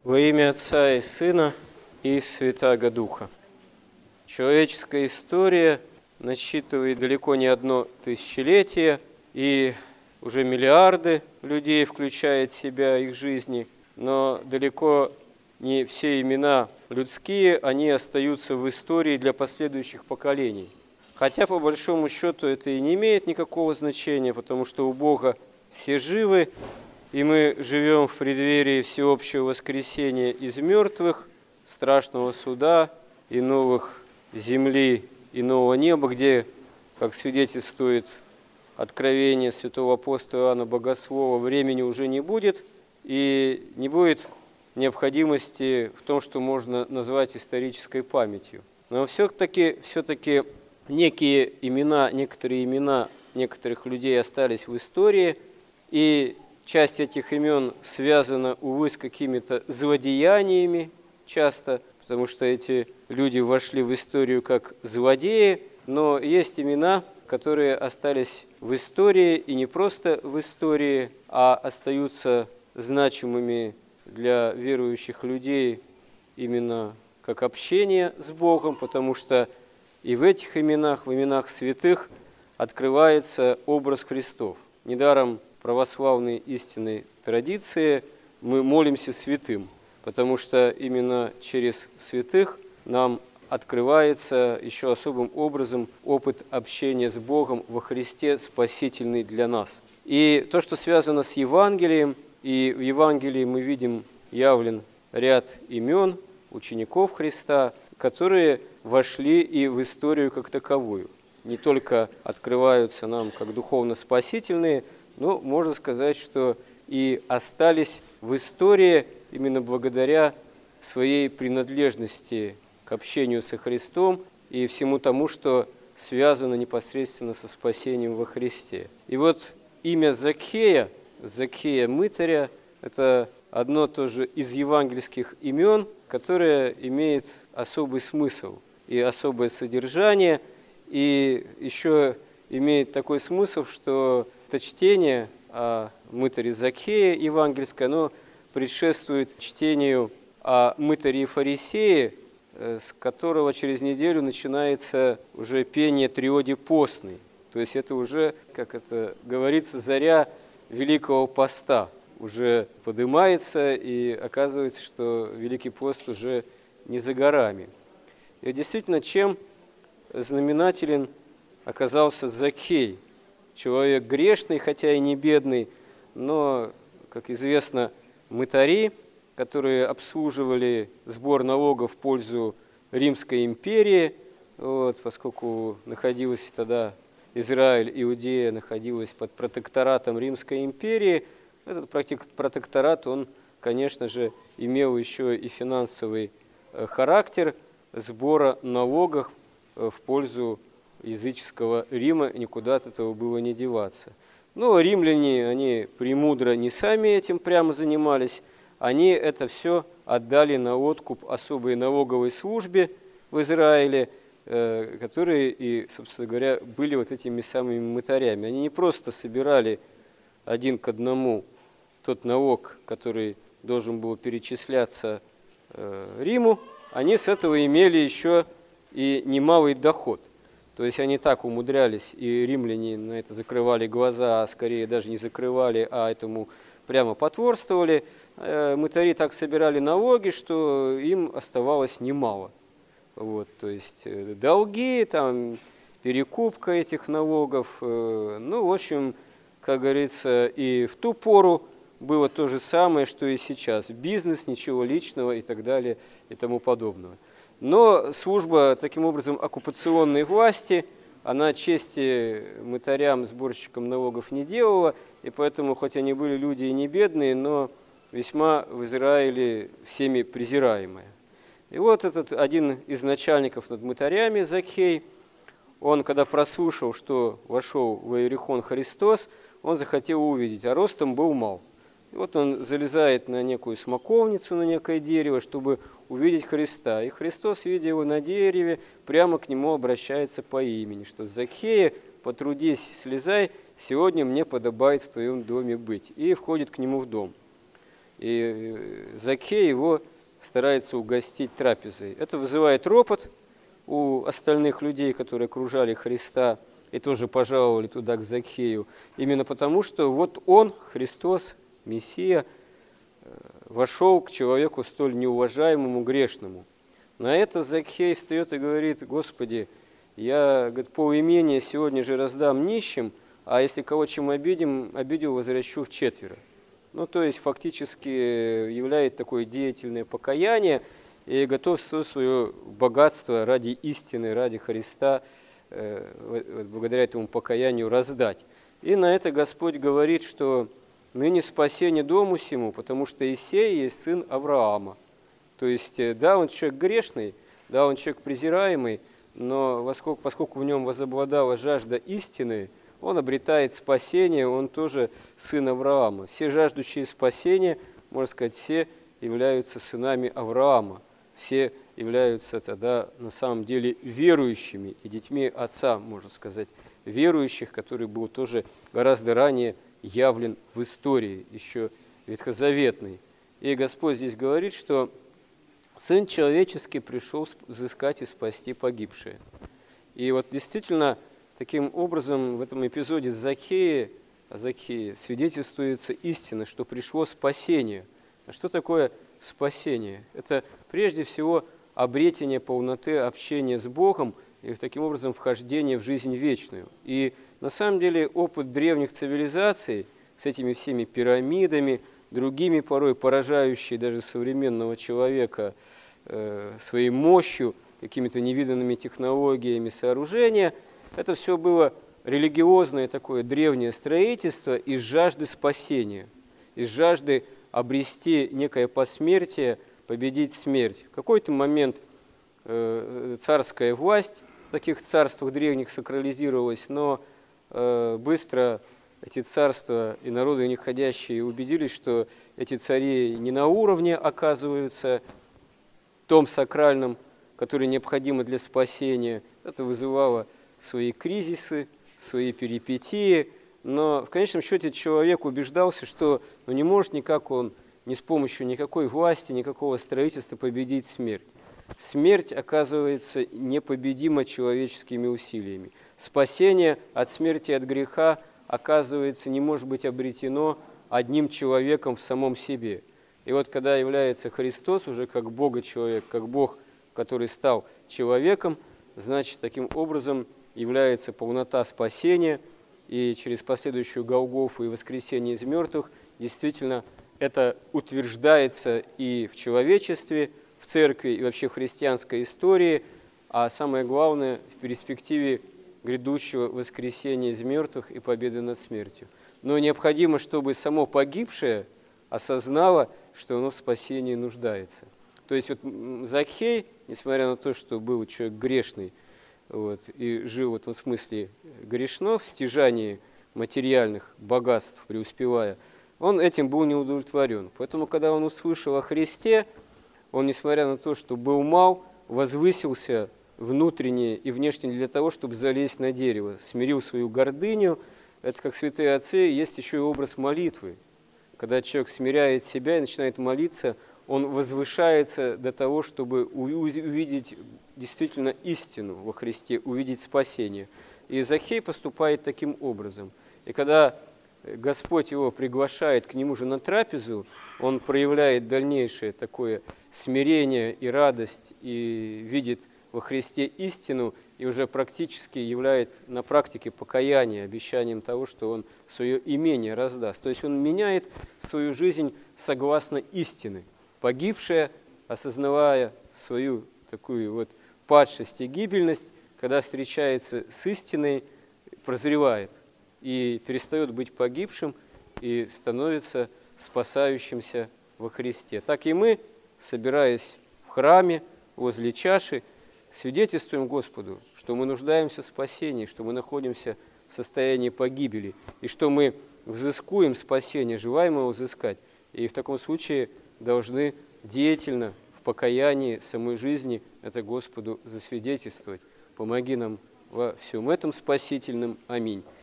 Во имя Отца и Сына и Святаго Духа. Человеческая история насчитывает далеко не одно тысячелетие, и уже миллиарды людей включает в себя их жизни, но далеко не все имена людские, они остаются в истории для последующих поколений. Хотя, по большому счету, это и не имеет никакого значения, потому что у Бога все живы, и мы живем в преддверии всеобщего воскресения из мертвых, страшного суда и новых земли и нового неба, где, как свидетельствует откровение святого апостола Иоанна Богослова, времени уже не будет, и не будет необходимости в том, что можно назвать исторической памятью. Но все-таки некоторые имена некоторых людей остались в истории, и часть этих имен связана, увы, с какими-то злодеяниями часто, потому что эти люди вошли в историю как злодеи, но есть имена, которые остались в истории, и не просто в истории, а остаются значимыми для верующих людей именно как общение с Богом, потому что и в этих именах, в именах святых, открывается образ Христов. Недаром православной истинной традиции мы молимся святым, потому что именно через святых нам открывается еще особым образом опыт общения с Богом во Христе, спасительный для нас. И то, что связано с Евангелием, и в Евангелии мы видим явлен ряд имен учеников Христа, которые вошли и в историю как таковую. Не только открываются нам как духовно-спасительные, но можно сказать, что и остались в истории именно благодаря своей принадлежности к общению со Христом и всему тому, что связано непосредственно со спасением во Христе. И вот имя Закхея, Закхея Мытаря, это одно тоже из евангельских имен, которое имеет особый смысл и особое содержание, и еще имеет такой смысл, что это чтение о мытаре Закхее евангельское, оно предшествует чтению о мытаре и фарисее, с которого через неделю начинается уже пение триоди постной. То есть это уже, как это говорится, заря Великого Поста уже поднимается, и оказывается, что Великий пост уже не за горами. И действительно, чем знаменателен оказался Закхей, человек грешный, хотя и не бедный, но, как известно, мытари, которые обслуживали сбор налогов в пользу Римской империи, поскольку находилась тогда Израиль, Иудея находилась под протекторатом Римской империи, этот протекторат, он, конечно же, имел еще и финансовый характер сбора налогов в пользу языческого Рима, никуда от этого было не деваться. Но римляне, они премудро не сами этим прямо занимались, они это все отдали на откуп особой налоговой службе в Израиле, которые и, собственно говоря, были вот этими самыми мытарями. Они не просто собирали один к одному тот налог, который должен был перечисляться Риму, они с этого имели еще и немалый доход. То есть они так умудрялись, и римляне на это закрывали глаза, а скорее даже не закрывали, а этому прямо потворствовали. Мытари так собирали налоги, что им оставалось немало. То есть долги, там, перекупка этих налогов. В общем, как говорится, и в ту пору было то же самое, что и сейчас. Бизнес, ничего личного и так далее и тому подобного. Но служба, таким образом, оккупационной власти, она чести мытарям, сборщикам налогов не делала, и поэтому, хоть они были люди и не бедные, но весьма в Израиле всеми презираемые. И вот этот один из начальников над мытарями, Закхей, он, когда прослушал, что вошел в Иерихон Христос, он захотел увидеть, а ростом был мал. И вот он залезает на некую смоковницу, на некое дерево, чтобы увидеть Христа. И Христос, видя его на дереве, прямо к нему обращается по имени, что «Закхея, потрудись, слезай, сегодня мне подобает в твоем доме быть». И входит к нему в дом. и Закхей его старается угостить трапезой. Это вызывает ропот у остальных людей, которые окружали Христа и тоже пожаловали туда к Закхею, именно потому, что вот он, Христос, Мессия, вошел к человеку столь неуважаемому, грешному. На это Закхей встает и говорит: «Господи, я, говорит, полимение сегодня же раздам нищим, а если кого чем обидел, возвращу вчетверо». Ну, то есть фактически являет такое деятельное покаяние и готов все свое богатство ради истины, ради Христа, благодаря этому покаянию раздать. И на это Господь говорит, что ныне спасение дому сему, потому что Исей есть сын Авраама. То есть, да, он человек грешный, да, он человек презираемый, но поскольку в нем возобладала жажда истины, он обретает спасение, он тоже сын Авраама. Все жаждущие спасения, можно сказать, все являются сынами Авраама. Все являются тогда на самом деле верующими и детьми отца, можно сказать, верующих, который был тоже гораздо ранее явлен в истории, еще ветхозаветной. И Господь здесь говорит, что Сын Человеческий пришел взыскать и спасти погибшие. И вот действительно, таким образом, в этом эпизоде Закхея свидетельствуется истина, что пришло спасение. А что такое спасение? Это прежде всего обретение полноты общения с Богом и таким образом вхождение в жизнь вечную. И на самом деле опыт древних цивилизаций с этими всеми пирамидами, другими порой поражающие даже современного человека своей мощью, какими-то невиданными технологиями сооружения, это все было религиозное такое древнее строительство из жажды спасения, из жажды обрести некое посмертие, победить смерть. В какой-то момент царская власть в таких царствах древних сакрализировалась, но быстро эти царства и народы в них ходящие убедились, что эти цари не на уровне оказываются том сакральном, который необходимо для спасения. Это вызывало свои кризисы, свои перипетии, но в конечном счете человек убеждался, что не может никак он ни с помощью никакой власти, никакого строительства победить смерть. Смерть оказывается непобедима человеческими усилиями. Спасение от смерти и от греха, оказывается, не может быть обретено одним человеком в самом себе. И вот когда является Христос уже как Бога-человек, как Бог, который стал человеком, значит, таким образом является полнота спасения, и через последующую Голгофу и воскресение из мертвых действительно это утверждается и в человечестве, в церкви, и вообще в христианской истории, а самое главное, в перспективе грядущего воскресения из мертвых и победы над смертью. Но необходимо, чтобы само погибшее осознало, что оно в спасении нуждается. То есть вот Закхей, несмотря на то, что был человек грешный, и жил в этом смысле грешно, в стяжании материальных богатств преуспевая, он этим был не удовлетворен. Поэтому, когда он услышал о Христе, он, несмотря на то, что был мал, возвысился внутренне и внешне для того, чтобы залезть на дерево, смирил свою гордыню. Это, как святые отцы, есть еще и образ молитвы. Когда человек смиряет себя и начинает молиться, он возвышается до того, чтобы увидеть действительно истину во Христе, увидеть спасение. И Закхей поступает таким образом. И когда Господь его приглашает к нему же на трапезу, он проявляет дальнейшее такое смирение и радость, и видит во Христе истину, и уже практически являет на практике покаяние, обещанием того, что он свое имение раздаст. То есть он меняет свою жизнь согласно истины. Погибшая, осознавая свою такую вот падшесть и гибельность, когда встречается с истиной, прозревает и перестает быть погибшим и становится спасающимся во Христе. Так и мы, собираясь в храме, возле чаши, свидетельствуем Господу, что мы нуждаемся в спасении, что мы находимся в состоянии погибели, и что мы взыскуем спасение, желаем его взыскать. И в таком случае должны деятельно в покаянии самой жизни это Господу засвидетельствовать. Помоги нам во всем этом спасительном. Аминь.